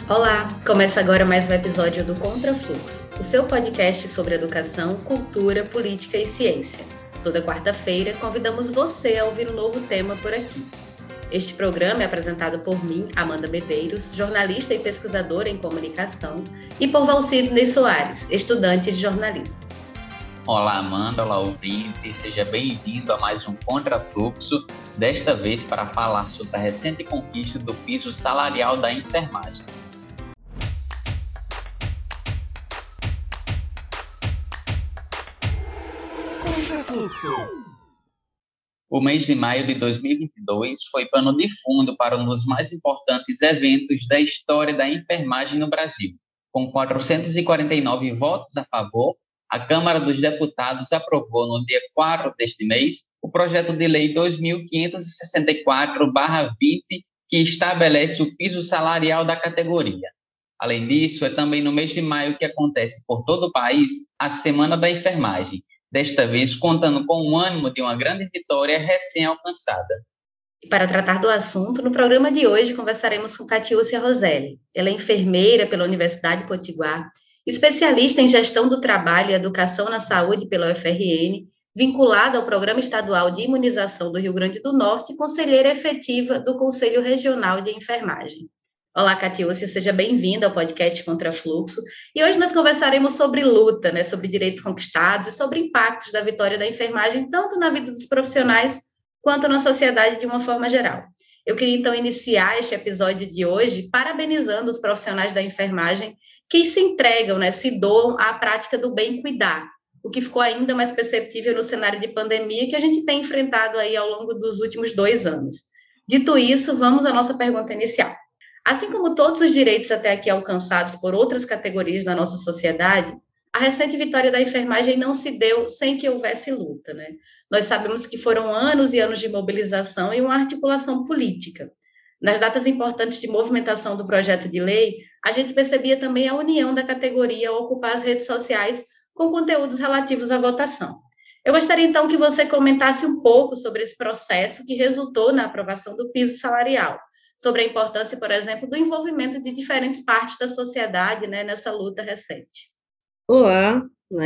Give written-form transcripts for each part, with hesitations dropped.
Olá! Começa agora mais um episódio do Contrafluxo, o seu podcast sobre educação, cultura, política e ciência. Toda quarta-feira, convidamos você a ouvir um novo tema por aqui. Este programa é apresentado por mim, Amanda Medeiros, jornalista e pesquisadora em comunicação, e por Valcidney Soares, estudante de jornalismo. Olá, Amanda, olá, ouvinte, seja bem-vindo a mais um Contrafluxo, desta vez para falar sobre a recente conquista do piso salarial da enfermagem. Contrafluxo. O mês de maio de 2022 foi pano de fundo para um dos mais importantes eventos da história da enfermagem no Brasil. Com 449 votos a favor, a Câmara dos Deputados aprovou no dia 4 deste mês o projeto de lei 2564/20, que estabelece o piso salarial da categoria. Além disso, é também no mês de maio que acontece por todo o país a Semana da Enfermagem, desta vez contando com o ânimo de uma grande vitória recém-alcançada. E para tratar do assunto, no programa de hoje conversaremos com Catiúcia Roselli. Ela é enfermeira pela Universidade Potiguar, especialista em gestão do trabalho e educação na saúde pela UFRN, vinculada ao Programa Estadual de Imunização do Rio Grande do Norte e conselheira efetiva do Conselho Regional de Enfermagem. Olá, Catiúcia, seja bem-vinda ao podcast Contrafluxo. E hoje nós conversaremos sobre luta, sobre direitos conquistados e sobre impactos da vitória da enfermagem, tanto na vida dos profissionais quanto na sociedade de uma forma geral. Eu queria, então, iniciar este episódio de hoje parabenizando os profissionais da enfermagem que se entregam, se doam à prática do bem cuidar, o que ficou ainda mais perceptível no cenário de pandemia que a gente tem enfrentado aí ao longo dos últimos 2 anos. Dito isso, vamos à nossa pergunta inicial. Assim como todos os direitos até aqui alcançados por outras categorias da nossa sociedade, a recente vitória da enfermagem não se deu sem que houvesse luta, Nós sabemos que foram anos e anos de mobilização e uma articulação política. Nas datas importantes de movimentação do projeto de lei, a gente percebia também a união da categoria ao ocupar as redes sociais com conteúdos relativos à votação. Eu gostaria, então, que você comentasse um pouco sobre esse processo que resultou na aprovação do piso salarial, sobre a importância, por exemplo, do envolvimento de diferentes partes da sociedade, nessa luta recente. Olá,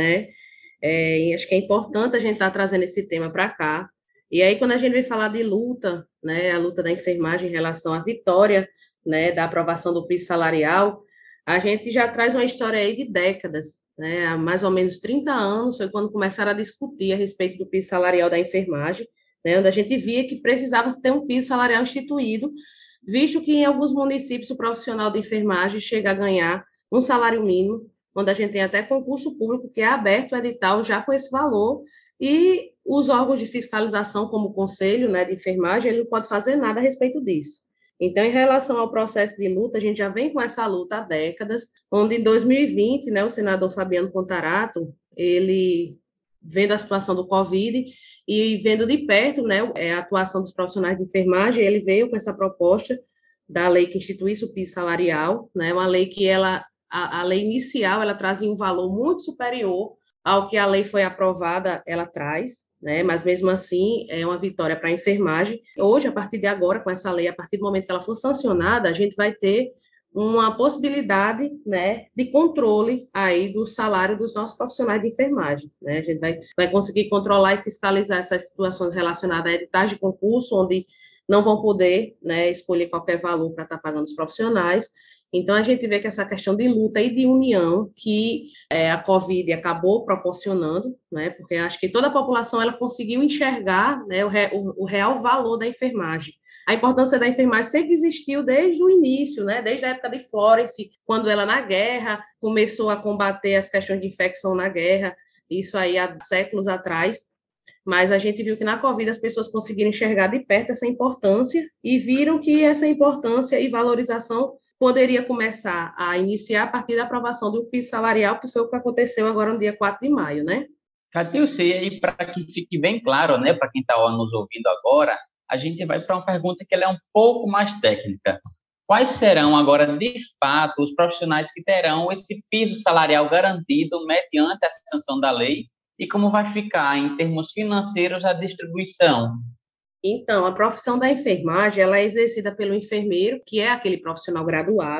acho que é importante a gente estar trazendo esse tema para cá. E aí, quando a gente vem falar de luta, a luta da enfermagem em relação à vitória, da aprovação do piso salarial, a gente já traz uma história aí de décadas, Há mais ou menos 30 anos foi quando começaram a discutir a respeito do piso salarial da enfermagem, onde a gente via que precisava ter um piso salarial instituído, visto que em alguns municípios o profissional de enfermagem chega a ganhar um salário mínimo, onde a gente tem até concurso público que é aberto o edital já com esse valor, e os órgãos de fiscalização, como o Conselho de Enfermagem, ele não pode fazer nada a respeito disso. Então, em relação ao processo de luta, a gente já vem com essa luta há décadas, onde em 2020, o senador Fabiano Contarato, ele, vendo a situação do Covid e vendo de perto a atuação dos profissionais de enfermagem, ele veio com essa proposta da lei que instituísse o piso salarial, uma lei que a lei inicial, ela trazia um valor muito superior ao que a lei foi aprovada, ela traz, mas mesmo assim é uma vitória para a enfermagem. Hoje, a partir de agora, com essa lei, a partir do momento que ela for sancionada, a gente vai ter uma possibilidade, de controle aí do salário dos nossos profissionais de enfermagem, A gente vai conseguir controlar e fiscalizar essas situações relacionadas a editais de concurso, onde não vão poder, escolher qualquer valor para estar pagando os profissionais. Então, a gente vê que essa questão de luta e de união que a Covid acabou proporcionando, porque acho que toda a população ela conseguiu enxergar o real valor da enfermagem. A importância da enfermagem sempre existiu desde o início, desde a época de Florence, quando ela, na guerra, começou a combater as questões de infecção na guerra, isso aí há séculos atrás. Mas a gente viu que na Covid as pessoas conseguiram enxergar de perto essa importância e viram que essa importância e valorização poderia começar a iniciar a partir da aprovação do piso salarial, que foi o que aconteceu agora no dia 4 de maio, Catiúcia, e para que fique bem claro, para quem está nos ouvindo agora, a gente vai para uma pergunta que ela é um pouco mais técnica. Quais serão agora, de fato, os profissionais que terão esse piso salarial garantido mediante a sanção da lei e como vai ficar, em termos financeiros, a distribuição? Então, a profissão da enfermagem, ela é exercida pelo enfermeiro, que é aquele profissional graduado,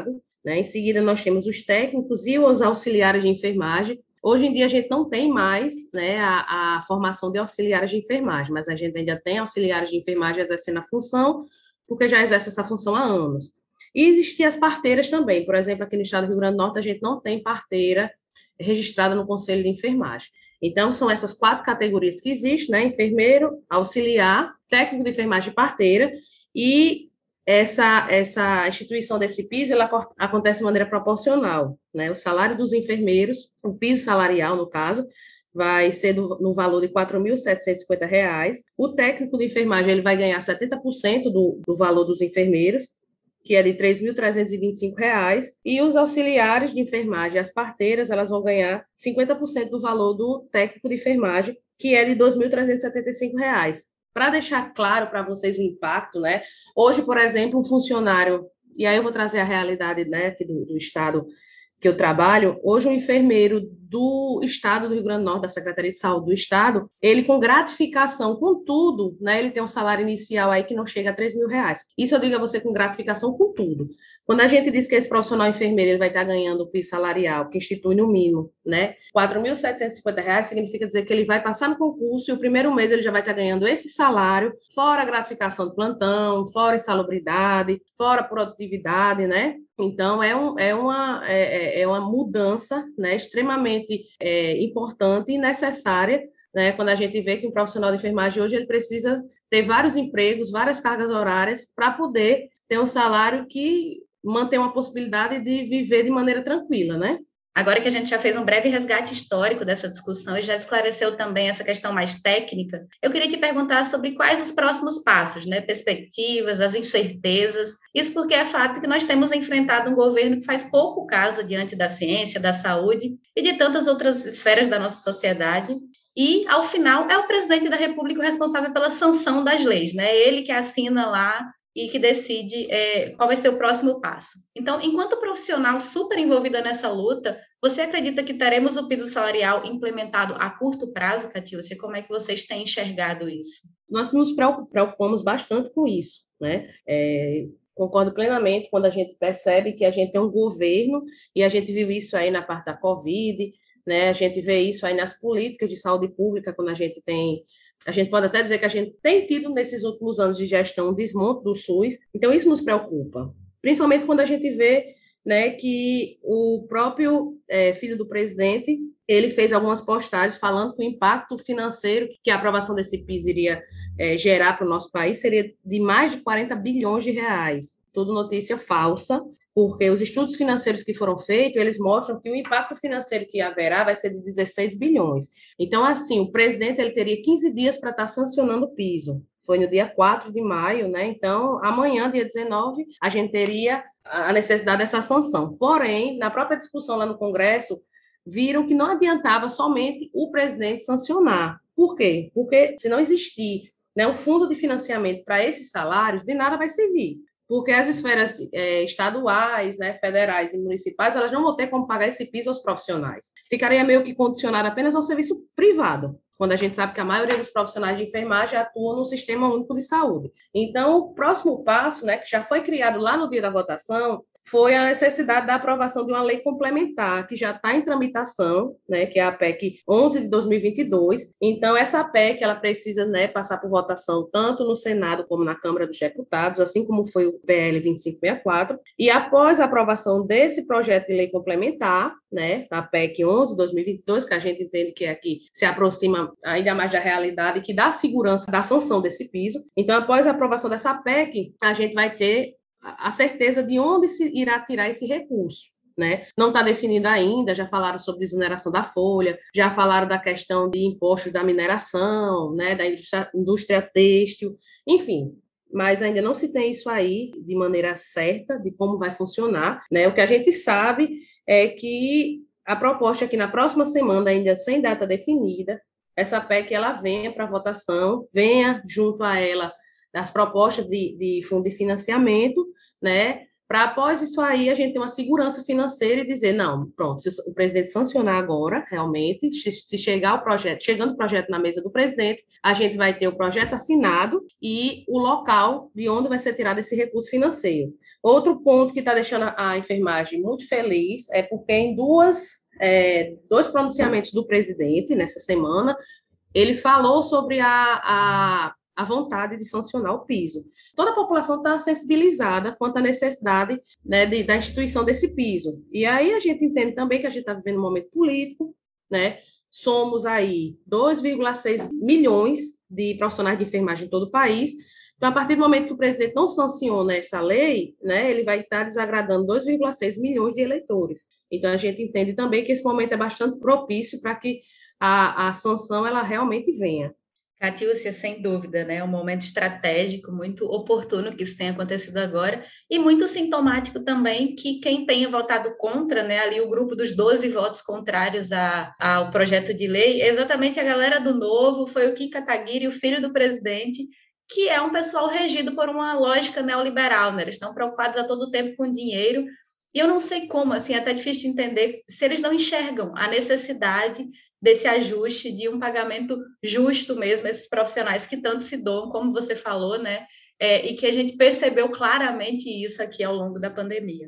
né? Em seguida, nós temos os técnicos e os auxiliares de enfermagem. Hoje em dia, a gente não tem mais, né, a formação de auxiliares de enfermagem, mas a gente ainda tem auxiliares de enfermagem exercendo a função, porque já exerce essa função há anos. E existem as parteiras também. Por exemplo, aqui no estado do Rio Grande do Norte, a gente não tem parteira registrada no Conselho de Enfermagem. Então, são essas 4 categorias que existem, né? Enfermeiro, auxiliar, técnico de enfermagem e parteira, e essa instituição desse piso, ela acontece de maneira proporcional, né? O salário dos enfermeiros, o piso salarial, no caso, vai ser no valor de R$ 4.750. O técnico de enfermagem, ele vai ganhar 70% do valor dos enfermeiros, que é de R$ 3.325, e os auxiliares de enfermagem, as parteiras, elas vão ganhar 50% do valor do técnico de enfermagem, que é de R$ 2.375. Para deixar claro para vocês o impacto, né? Hoje, por exemplo, um funcionário, e aí eu vou trazer a realidade, né, aqui do estado que eu trabalho, hoje um enfermeiro do estado do Rio Grande do Norte, da Secretaria de Saúde do estado, ele com gratificação, com tudo, né, ele tem um salário inicial aí que não chega a R$ 3.000. Isso eu digo a você com gratificação com tudo. Quando a gente diz que esse profissional enfermeiro ele vai estar ganhando o piso salarial, que institui no mínimo, né, R$ 4.750, significa dizer que ele vai passar no concurso e o primeiro mês ele já vai estar ganhando esse salário, fora a gratificação do plantão, fora insalubridade, fora produtividade, né? Então, é uma mudança, né, extremamente importante e necessária, né, quando a gente vê que um profissional de enfermagem hoje ele precisa ter vários empregos, várias cargas horárias para poder ter um salário que mantém uma possibilidade de viver de maneira tranquila, né? Agora que a gente já fez um breve resgate histórico dessa discussão e já esclareceu também essa questão mais técnica, eu queria te perguntar sobre quais os próximos passos, né? Perspectivas, as incertezas. Isso porque é fato que nós temos enfrentado um governo que faz pouco caso diante da ciência, da saúde e de tantas outras esferas da nossa sociedade. E, ao final, é o presidente da República o responsável pela sanção das leis, né? Ele que assina lá e que decide qual vai ser o próximo passo. Então, enquanto profissional super envolvida nessa luta, você acredita que teremos o piso salarial implementado a curto prazo, Catiúcia? Como é que vocês têm enxergado isso? Nós nos preocupamos bastante com isso, né? Concordo plenamente quando a gente percebe que a gente tem um governo, e a gente viu isso aí na parte da Covid, né? A gente vê isso aí nas políticas de saúde pública, quando a gente pode até dizer que a gente tem tido nesses últimos anos de gestão um desmonte do SUS, então isso nos preocupa, principalmente quando a gente vê, né, que o próprio filho do presidente, ele fez algumas postagens falando que o impacto financeiro que a aprovação desse PIS iria gerar para o nosso país seria de mais de 40 bilhões de reais. Tudo notícia falsa, porque os estudos financeiros que foram feitos, eles mostram que o impacto financeiro que haverá vai ser de 16 bilhões. Então, assim, o presidente ele teria 15 dias para estar sancionando o piso. Foi no dia 4 de maio, né? Então, amanhã, dia 19, a gente teria a necessidade dessa sanção. Porém, na própria discussão lá no Congresso, viram que não adiantava somente o presidente sancionar. Por quê? Porque se não existir, né, um fundo de financiamento para esses salários, de nada vai servir. Porque as esferas estaduais, né, federais e municipais, elas não vão ter como pagar esse piso aos profissionais. Ficaria meio que condicionado apenas ao serviço privado, quando a gente sabe que a maioria dos profissionais de enfermagem atuam no Sistema Único de Saúde. Então, o próximo passo, né, que já foi criado lá no dia da votação, foi a necessidade da aprovação de uma lei complementar, que já está em tramitação, né, que é a PEC 11 de 2022. Então, essa PEC ela precisa, né, passar por votação tanto no Senado como na Câmara dos Deputados, assim como foi o PL 2564. E após a aprovação desse projeto de lei complementar, né, a PEC 11 de 2022, que a gente entende que aqui se aproxima ainda mais da realidade, que dá segurança da sanção desse piso. Então, após a aprovação dessa PEC, a gente vai ter a certeza de onde se irá tirar esse recurso, né? Não está definido ainda, já falaram sobre desoneração da folha, já falaram da questão de impostos da mineração, né, da indústria têxtil, enfim, mas ainda não se tem isso aí de maneira certa de como vai funcionar, né? O que a gente sabe é que a proposta é que na próxima semana, ainda sem data definida, essa PEC ela venha para votação, venha junto a ela das propostas de fundo de financiamento, né, para após isso aí a gente ter uma segurança financeira e dizer, não, pronto, se o presidente sancionar agora, realmente, se chegar o projeto, chegando o projeto na mesa do presidente, a gente vai ter o projeto assinado e o local de onde vai ser tirado esse recurso financeiro. Outro ponto que está deixando a enfermagem muito feliz é porque em dois pronunciamentos do presidente nessa semana, ele falou sobre a vontade de sancionar o piso. Toda a população está sensibilizada quanto à necessidade, né, da instituição desse piso. E aí a gente entende também que a gente está vivendo um momento político, né? Somos aí 2,6 milhões de profissionais de enfermagem em todo o país. Então, a partir do momento que o presidente não sanciona essa lei, né, ele vai estar desagradando 2,6 milhões de eleitores. Então, a gente entende também que esse momento é bastante propício para que a sanção ela realmente venha. Catiúcia, sem dúvida, né? É um momento estratégico, muito oportuno que isso tenha acontecido agora, e muito sintomático também que quem tenha votado contra, né? Ali o grupo dos 12 votos contrários ao projeto de lei, exatamente a galera do Novo, foi o Kim Kataguiri, o filho do presidente, que é um pessoal regido por uma lógica neoliberal, né? Eles estão preocupados a todo tempo com dinheiro, e eu não sei como, assim, é até difícil de entender se eles não enxergam a necessidade desse ajuste, de um pagamento justo mesmo, esses profissionais que tanto se doam, como você falou, né? E que a gente percebeu claramente isso aqui ao longo da pandemia.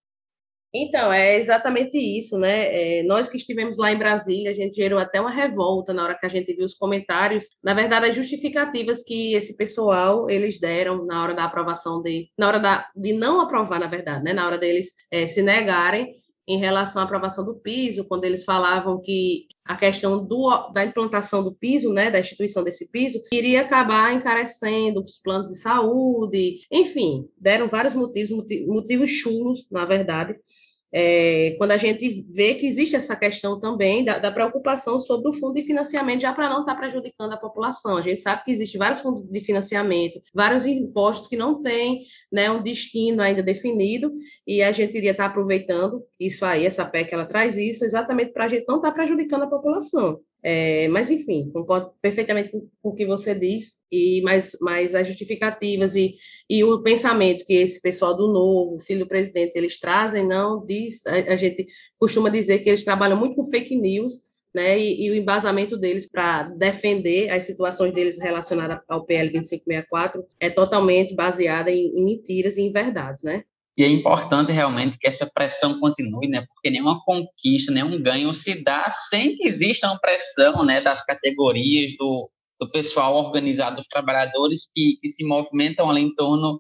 Então, é exatamente isso, né? Nós que estivemos lá em Brasília, a gente gerou até uma revolta na hora que a gente viu os comentários, na verdade, as justificativas que esse pessoal, eles deram na hora da aprovação na hora de não aprovar, na verdade, né? Na hora deles se negarem em relação à aprovação do piso, quando eles falavam que a questão da implantação do piso, né, da instituição desse piso, iria acabar encarecendo os planos de saúde, enfim, deram vários motivos chulos, na verdade, quando a gente vê que existe essa questão também da preocupação sobre o fundo de financiamento, já para não estar prejudicando a população. A gente sabe que existem vários fundos de financiamento, vários impostos que não têm, né, um destino ainda definido, e a gente iria estar aproveitando isso aí, essa PEC, ela traz isso, exatamente para a gente não estar prejudicando a população. Mas, enfim, concordo perfeitamente com o que você diz, mas as justificativas e o pensamento que esse pessoal do Novo, filho do presidente, eles trazem, não diz, a gente costuma dizer que eles trabalham muito com fake news, né, e o embasamento deles para defender as situações deles relacionadas ao PL 2564 é totalmente baseada em mentiras e em verdades, né? E é importante realmente que essa pressão continue, né? Porque nenhuma conquista, nenhum ganho se dá sem que exista uma pressão, né, das categorias, do pessoal organizado, dos trabalhadores que se movimentam ali em torno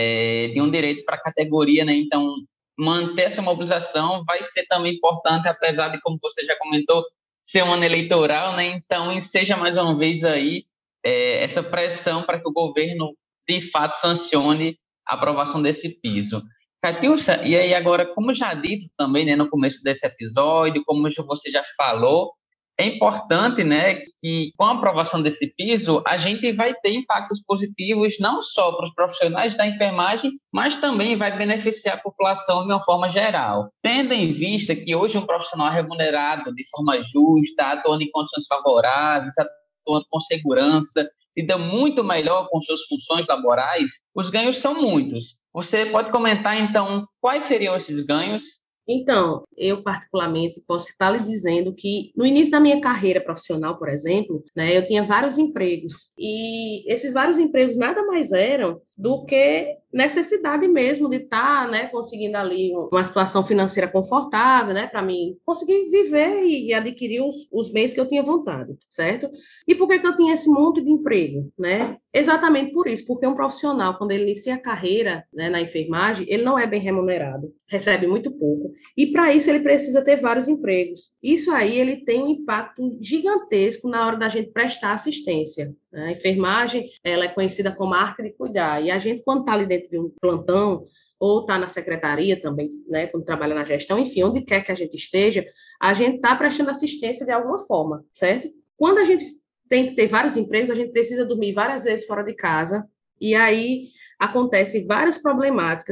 de um direito para a categoria, né? Então, manter essa mobilização vai ser também importante, apesar de, como você já comentou, ser um ano eleitoral, né? Então, seja mais uma vez aí essa pressão para que o governo, de fato, sancione a aprovação desse piso. Catiúcia, e aí agora, como já dito também, né, no começo desse episódio, como você já falou, é importante, né, que com a aprovação desse piso, a gente vai ter impactos positivos não só para os profissionais da enfermagem, mas também vai beneficiar a população de uma forma geral. Tendo em vista que hoje um profissional é remunerado de forma justa, atuando em condições favoráveis, atuando com segurança, lida muito melhor com suas funções laborais, os ganhos são muitos. Você pode comentar, então, quais seriam esses ganhos? Então, eu particularmente posso estar lhe dizendo que no início da minha carreira profissional, por exemplo, né, eu tinha vários empregos e esses vários empregos nada mais eram do que necessidade mesmo de estar, né, conseguindo ali uma situação financeira confortável, né, para mim conseguir viver e adquirir os bens que eu tinha vontade, certo? E por que eu tinha esse monte de emprego, né? Exatamente por isso, porque um profissional, quando ele inicia a carreira, né, na enfermagem, ele não é bem remunerado, recebe muito pouco, e para isso ele precisa ter vários empregos. Isso aí ele tem um impacto gigantesco na hora da gente prestar assistência. A enfermagem, ela é conhecida como arte de cuidar, e a gente, quando está ali dentro de um plantão, ou está na secretaria também, né, quando trabalha na gestão, enfim, onde quer que a gente esteja, a gente está prestando assistência de alguma forma, certo? Quando a gente tem que ter vários empregos, a gente precisa dormir várias vezes fora de casa, e aí acontecem várias problemáticas,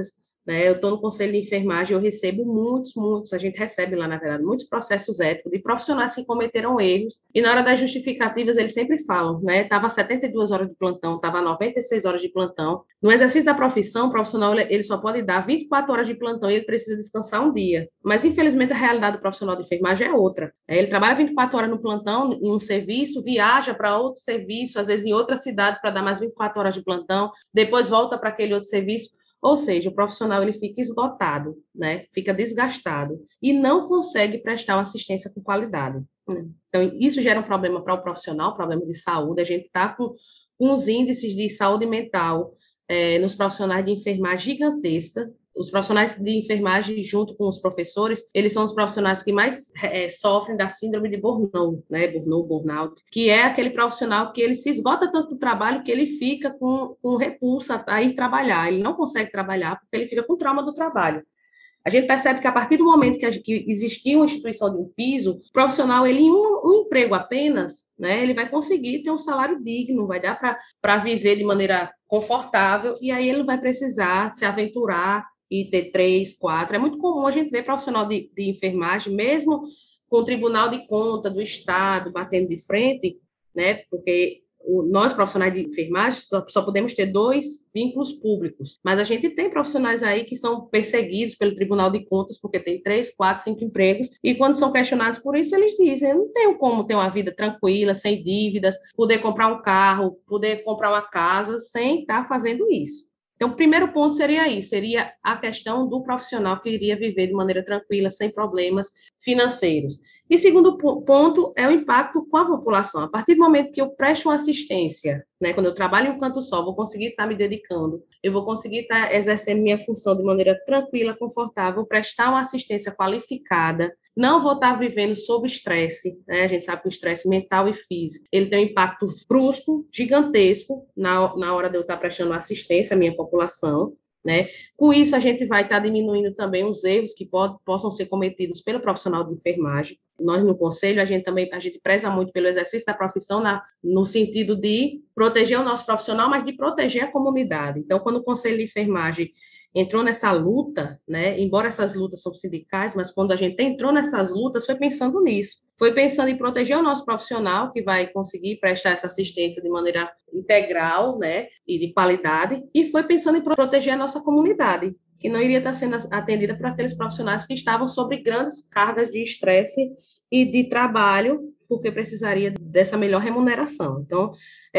né? Eu estou no Conselho de Enfermagem, eu recebo muitos, a gente recebe lá, na verdade, muitos processos éticos de profissionais que cometeram erros, e na hora das justificativas eles sempre falam, né? Estava 72 horas de plantão, estava 96 horas de plantão. No exercício da profissão, o profissional ele só pode dar 24 horas de plantão e ele precisa descansar um dia. Mas, infelizmente, a realidade do profissional de enfermagem é outra. Ele trabalha 24 horas no plantão, em um serviço, viaja para outro serviço, às vezes em outra cidade, para dar mais 24 horas de plantão, depois volta para aquele outro serviço. Ou seja, o profissional ele fica esgotado, né? Fica desgastado e não consegue prestar uma assistência com qualidade. Né? Então, isso gera um problema para o profissional, problema de saúde. A gente está com uns índices de saúde mental nos profissionais de enfermagem gigantesca. Os profissionais de enfermagem, junto com os professores, eles são os profissionais que mais sofrem da síndrome de Burnout, né? Burnout, que é aquele profissional que ele se esgota tanto do trabalho que ele fica com repulsa a ir trabalhar. Ele não consegue trabalhar porque ele fica com trauma do trabalho. A gente percebe que a partir do momento que existia uma instituição de um piso, o profissional, ele em um emprego apenas, né, ele vai conseguir ter um salário digno, vai dar para viver de maneira confortável, e aí ele não vai precisar se aventurar e ter 3, 4. É muito comum a gente ver profissional de enfermagem, mesmo com o Tribunal de Contas do Estado batendo de frente, né, porque nós, profissionais de enfermagem, só podemos ter 2 vínculos públicos, mas a gente tem profissionais aí que são perseguidos pelo Tribunal de Contas porque tem 3, 4, 5 empregos, e quando são questionados por isso, eles dizem, eu não tenho como ter uma vida tranquila, sem dívidas, poder comprar um carro, poder comprar uma casa, sem estar fazendo isso. Então, o primeiro ponto seria isso, seria a questão do profissional que iria viver de maneira tranquila, sem problemas financeiros. E segundo ponto é o impacto com a população. A partir do momento que eu presto uma assistência, né, quando eu trabalho em um canto só, vou conseguir estar me dedicando, eu vou conseguir estar exercendo minha função de maneira tranquila, confortável, prestar uma assistência qualificada, não vou estar vivendo sob estresse, né? A gente sabe que o estresse mental e físico, ele tem um impacto brusco, gigantesco, na hora de eu estar prestando assistência à minha população, né? Com isso, a gente vai estar diminuindo também os erros que possam ser cometidos pelo profissional de enfermagem. Nós, no Conselho, a gente preza muito pelo exercício da profissão no sentido de proteger o nosso profissional, mas de proteger a comunidade. Então, quando o Conselho de Enfermagem entrou nessa luta, né? Embora essas lutas são sindicais, mas quando a gente entrou nessas lutas, foi pensando nisso. Foi pensando em proteger o nosso profissional, que vai conseguir prestar essa assistência de maneira integral, né? E de qualidade, e foi pensando em proteger a nossa comunidade, que não iria estar sendo atendida por aqueles profissionais que estavam sob grandes cargas de estresse e de trabalho, porque precisaria dessa melhor remuneração. Então,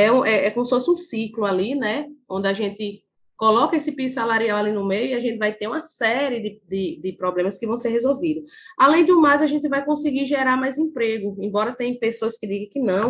é como se fosse um ciclo ali, né? Onde a gente coloca esse piso salarial ali no meio e a gente vai ter uma série de problemas que vão ser resolvidos. Além do mais, a gente vai conseguir gerar mais emprego, embora tenha pessoas que digam que não,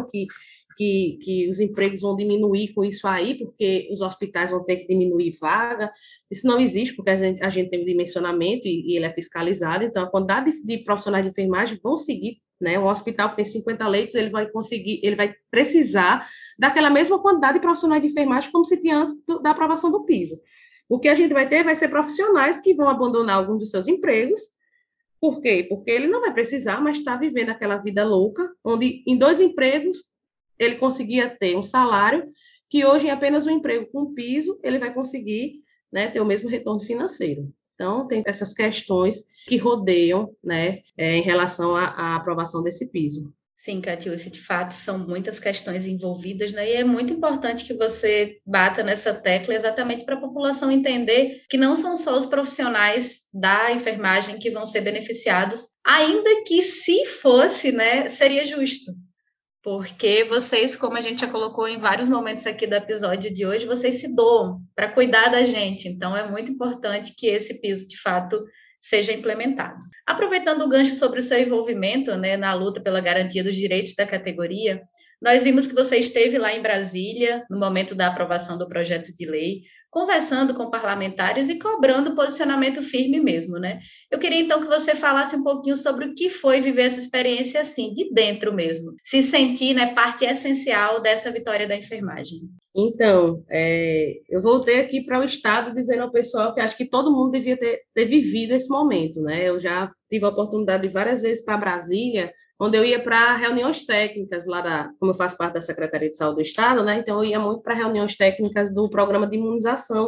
que os empregos vão diminuir com isso aí, porque os hospitais vão ter que diminuir vaga. Isso não existe, porque a gente tem um dimensionamento e ele é fiscalizado, então a quantidade de profissionais de enfermagem vão seguir, né? Um hospital que tem 50 leitos, ele vai precisar daquela mesma quantidade de profissionais de enfermagem como se tinha antes da aprovação do piso. O que a gente vai ter vai ser profissionais que vão abandonar alguns dos seus empregos. Por quê? Porque ele não vai precisar, mas está vivendo aquela vida louca, onde em 2 empregos ele conseguia ter um salário que hoje, em apenas um emprego com piso, ele vai conseguir, né, ter o mesmo retorno financeiro. Então, tem essas questões que rodeiam, né, em relação à aprovação desse piso. Sim, Catiúcia, de fato, são muitas questões envolvidas, né? E é muito importante que você bata nessa tecla exatamente para a população entender que não são só os profissionais da enfermagem que vão ser beneficiados, ainda que se fosse, né, seria justo. Porque vocês, como a gente já colocou em vários momentos aqui do episódio de hoje, vocês se doam para cuidar da gente. Então, é muito importante que esse piso, de fato, seja implementado. Aproveitando o gancho sobre o seu envolvimento, né, na luta pela garantia dos direitos da categoria, nós vimos que você esteve lá em Brasília, no momento da aprovação do projeto de lei, conversando com parlamentares e cobrando posicionamento firme mesmo, né? Eu queria, então, que você falasse um pouquinho sobre o que foi viver essa experiência assim, de dentro mesmo, se sentir, né, parte essencial dessa vitória da enfermagem. Então, eu voltei aqui para o Estado dizendo ao pessoal que acho que todo mundo devia ter vivido esse momento, né? Eu já tive a oportunidade de várias vezes para Brasília, onde eu ia para reuniões técnicas lá como eu faço parte da Secretaria de Saúde do Estado, né? Então eu ia muito para reuniões técnicas do programa de imunização.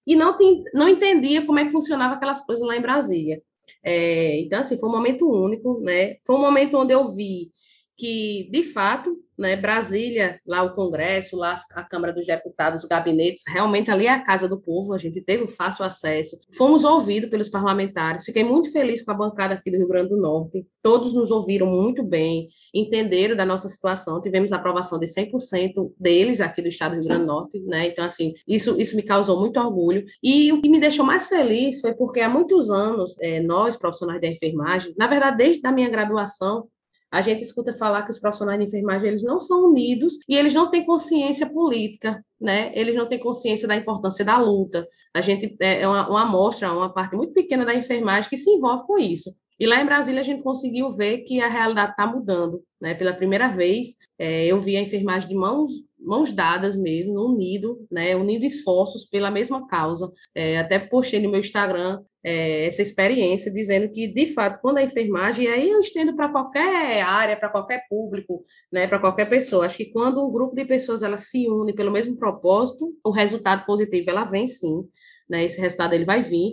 e não entendia como é que funcionava aquelas coisas lá em Brasília. Então, assim, foi um momento único, né? Foi um momento onde eu vi que, de fato, né, Brasília, lá o Congresso, lá a Câmara dos Deputados, os gabinetes, realmente ali é a casa do povo, a gente teve fácil acesso, fomos ouvidos pelos parlamentares, fiquei muito feliz com a bancada aqui do Rio Grande do Norte, todos nos ouviram muito bem, entenderam da nossa situação, tivemos a aprovação de 100% deles aqui do estado do Rio Grande do Norte, né, então assim, isso me causou muito orgulho, e o que me deixou mais feliz foi porque há muitos anos, nós, profissionais da enfermagem, na verdade, desde a minha graduação, a gente escuta falar que os profissionais de enfermagem eles não são unidos e eles não têm consciência política, né? Eles não têm consciência da importância da luta. A gente é uma amostra, uma parte muito pequena da enfermagem que se envolve com isso. E lá em Brasília a gente conseguiu ver que a realidade está mudando, né? Pela primeira vez, eu vi a enfermagem de mãos dadas mesmo, unindo esforços pela mesma causa. Até postei no meu Instagram essa experiência, dizendo que, de fato, quando a enfermagem, e aí eu estendo para qualquer área, para qualquer público, né, para qualquer pessoa, acho que quando um grupo de pessoas ela se une pelo mesmo propósito, o resultado positivo ela vem sim, né, esse resultado ele vai vir,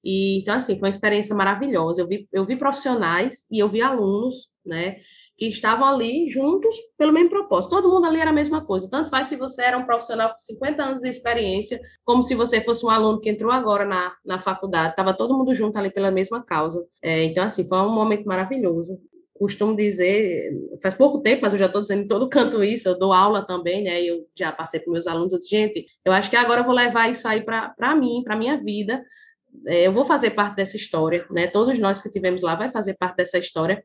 e então assim, foi uma experiência maravilhosa, eu vi profissionais e eu vi alunos, né, que estavam ali juntos pelo mesmo propósito. Todo mundo ali era a mesma coisa. Tanto faz se você era um profissional com 50 anos de experiência, como se você fosse um aluno que entrou agora na faculdade. Estava todo mundo junto ali pela mesma causa. Então, assim, foi um momento maravilhoso. Costumo dizer, faz pouco tempo, mas eu já estou dizendo em todo canto isso, eu dou aula também, né? Eu já passei para meus alunos, eu disse, gente, eu acho que agora eu vou levar isso aí para mim, para minha vida. Eu vou fazer parte dessa história, né? Todos nós que tivemos lá vai fazer parte dessa história.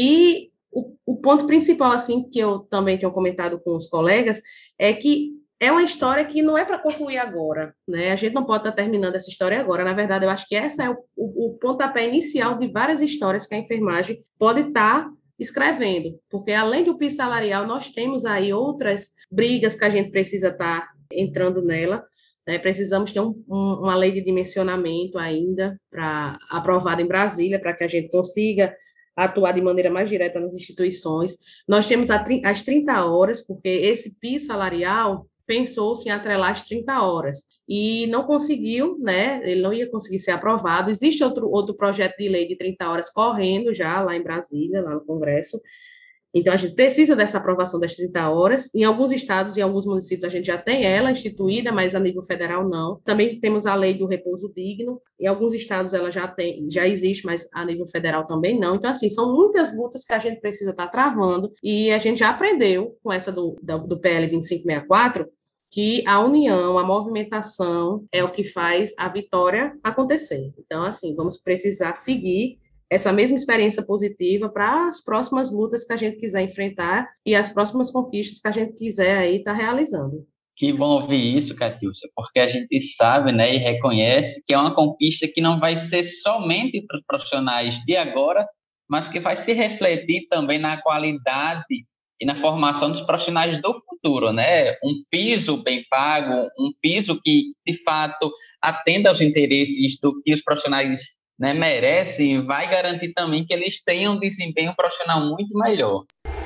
E o ponto principal, assim, que eu também tenho comentado com os colegas, é que é uma história que não é para concluir agora, né? A gente não pode estar terminando essa história agora. Na verdade, eu acho que essa é o pontapé inicial de várias histórias que a enfermagem pode estar escrevendo, porque além do piso salarial, nós temos aí outras brigas que a gente precisa estar entrando nela, né? Precisamos ter uma lei de dimensionamento ainda aprovada em Brasília, para que a gente consiga atuar de maneira mais direta nas instituições. Nós temos as 30 horas, porque esse piso salarial pensou-se em atrelar as 30 horas, e não conseguiu, né? Ele não ia conseguir ser aprovado. Existe outro projeto de lei de 30 horas correndo já lá em Brasília, lá no Congresso. Então, a gente precisa dessa aprovação das 30 horas. Em alguns estados e alguns municípios a gente já tem ela instituída, mas a nível federal não. Também temos a lei do repouso digno. Em alguns estados ela já existe, mas a nível federal também não. Então, assim, são muitas lutas que a gente precisa estar travando. E a gente já aprendeu com essa do PL 2564, que a união, a movimentação é o que faz a vitória acontecer. Então, assim, vamos precisar seguir essa mesma experiência positiva para as próximas lutas que a gente quiser enfrentar e as próximas conquistas que a gente quiser aí estar realizando. Que bom ouvir isso, Catiúcia, porque a gente sabe, né, e reconhece que é uma conquista que não vai ser somente para os profissionais de agora, mas que vai se refletir também na qualidade e na formação dos profissionais do futuro, né? Um piso bem pago, um piso que, de fato, atenda aos interesses do que os profissionais, né, merecem, vai garantir também que eles tenham um desempenho profissional muito melhor.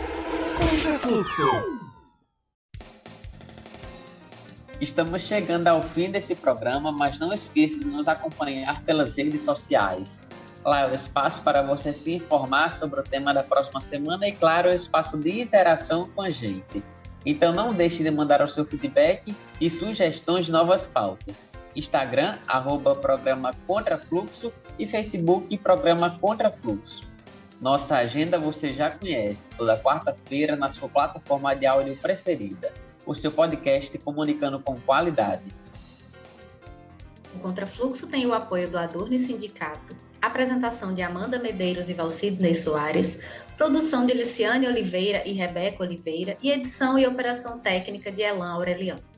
Contrafluxo. Estamos chegando ao fim desse programa, mas não esqueça de nos acompanhar pelas redes sociais. Lá é o espaço para você se informar sobre o tema da próxima semana e, claro, é o espaço de interação com a gente. Então não deixe de mandar o seu feedback e sugestões de novas pautas. Instagram, @programa Contrafluxo e Facebook, Programa Contrafluxo. Nossa agenda você já conhece, toda quarta-feira na sua plataforma de áudio preferida. O seu podcast comunicando com qualidade. O Contrafluxo tem o apoio do Adurne Sindicato, apresentação de Amanda Medeiros e Valcidney Soares, produção de Liciane Oliveira e Rebeca Oliveira e edição e operação técnica de Elan Aureliano.